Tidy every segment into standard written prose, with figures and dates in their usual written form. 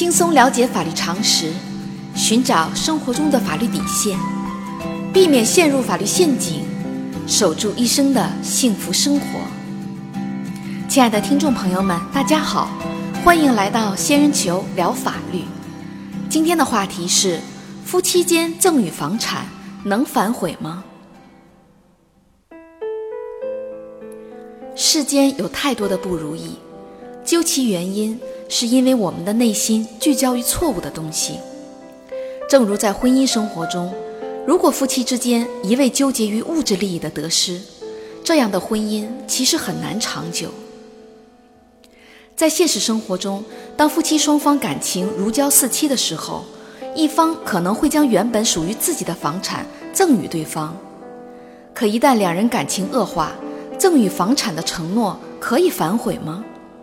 轻松了解法律常识，寻找生活中的法律底线，避免陷入法律陷阱，守住一生的幸福生活。亲爱的听众朋友们，大家好，欢迎来到仙人球聊法律。今天的话题是：夫妻间赠与房产能反悔吗？世间有太多的不如意，究其原因，是因为我们的内心聚焦于错误的东西。正如在婚姻生活中，如果夫妻之间一味纠结于物质利益的得失，这样的婚姻其实很难长久。在现实生活中，当夫妻双方感情如胶似漆的时候，一方可能会将原本属于自己的房产赠与对方。可一旦两人感情恶化，赠与房产的承诺可以反悔吗？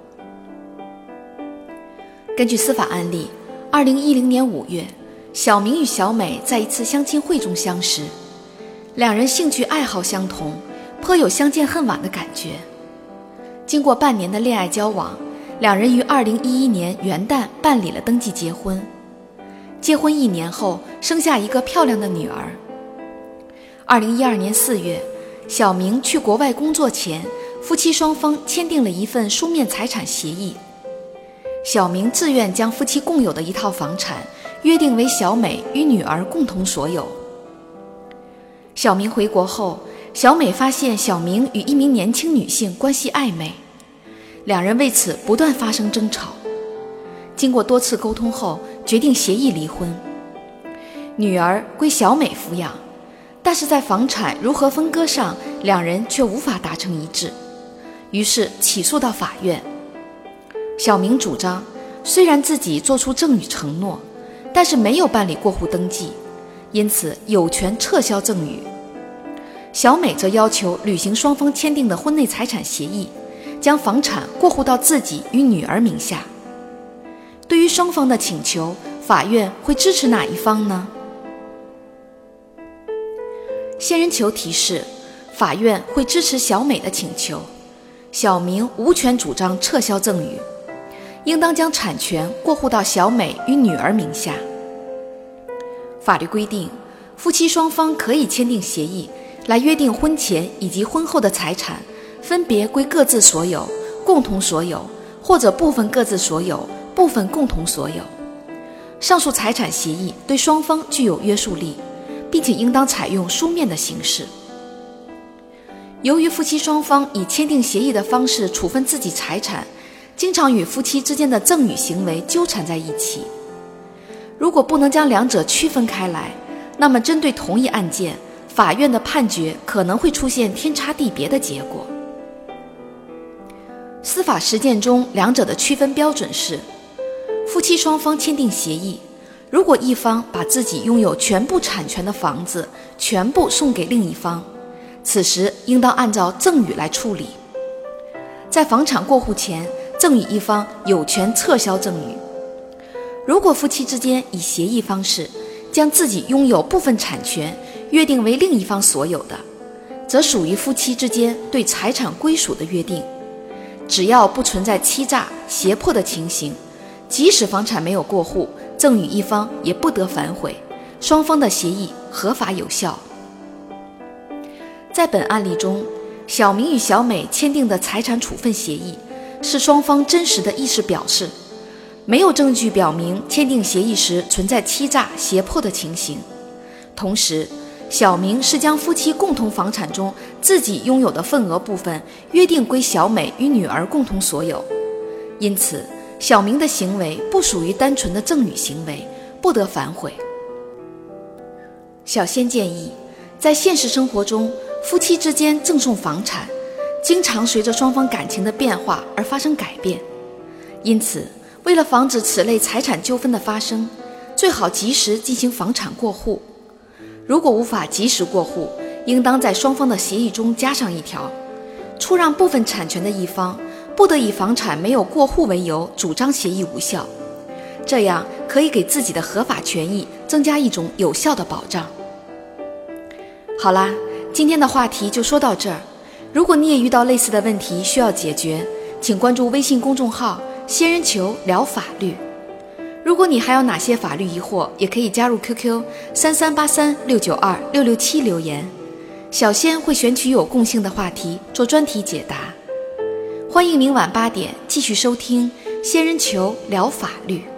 根据司法案例，2010年5月，小明与小美在一次相亲会中相识，两人兴趣爱好相同，颇有相见恨晚的感觉。经过半年的恋爱交往，两人于2011年元旦办理了登记结婚。结婚1年后，生下一个漂亮的女儿。2012年4月，小明去国外工作前，夫妻双方签订了一份书面财产协议。小明自愿将夫妻共有的一套房产约定为小美与女儿共同所有。小明回国后，小美发现小明与一名年轻女性关系暧昧，两人为此不断发生争吵。经过多次沟通后，决定协议离婚。女儿归小美抚养，但是在房产如何分割上，两人却无法达成一致，于是起诉到法院。小明主张，虽然自己做出赠与承诺，但是没有办理过户登记，因此有权撤销赠与。小美则要求履行双方签订的婚内财产协议，将房产过户到自己与女儿名下。对于双方的请求，法院会支持哪一方呢？仙人球提示，法院会支持小美的请求，小明无权主张撤销赠与，应当将产权过户到小美与女儿名下。法律规定，夫妻双方可以签订协议，来约定婚前以及婚后的财产分别归各自所有、共同所有，或者部分各自所有、部分共同所有。上述财产协议对双方具有约束力，并且应当采用书面的形式。由于夫妻双方以签订协议的方式处分自己财产，经常与夫妻之间的赠与行为纠缠在一起。如果不能将两者区分开来，那么针对同一案件，法院的判决可能会出现天差地别的结果。司法实践中，两者的区分标准是：夫妻双方签订协议，如果一方把自己拥有全部产权的房子全部送给另一方，此时应当按照赠与来处理。在房产过户前，赠与一方有权撤销赠与。如果夫妻之间以协议方式将自己拥有部分产权约定为另一方所有的，则属于夫妻之间对财产归属的约定。只要不存在欺诈、胁迫的情形，即使房产没有过户，赠与一方也不得反悔，双方的协议合法有效。在本案例中，小明与小美签订的财产处分协议是双方真实的意思表示，没有证据表明签订协议时存在欺诈、胁迫的情形。同时，小明是将夫妻共同房产中自己拥有的份额部分约定归小美与女儿共同所有，因此小明的行为不属于单纯的赠与行为，不得反悔。小仙建议，在现实生活中，夫妻之间赠送房产经常随着双方感情的变化而发生改变，因此为了防止此类财产纠纷的发生，最好及时进行房产过户。如果无法及时过户，应当在双方的协议中加上一条，出让部分产权的一方不得以房产没有过户为由主张协议无效，这样可以给自己的合法权益增加一种有效的保障。好啦，今天的话题就说到这儿。如果你也遇到类似的问题需要解决，请关注微信公众号仙人球聊法律。 如果你还有哪些法律疑惑，也可以加入 QQ 3383692667留言，小仙会选取有共性的话题做专题解答。欢迎明晚8点继续收听仙人球聊法律。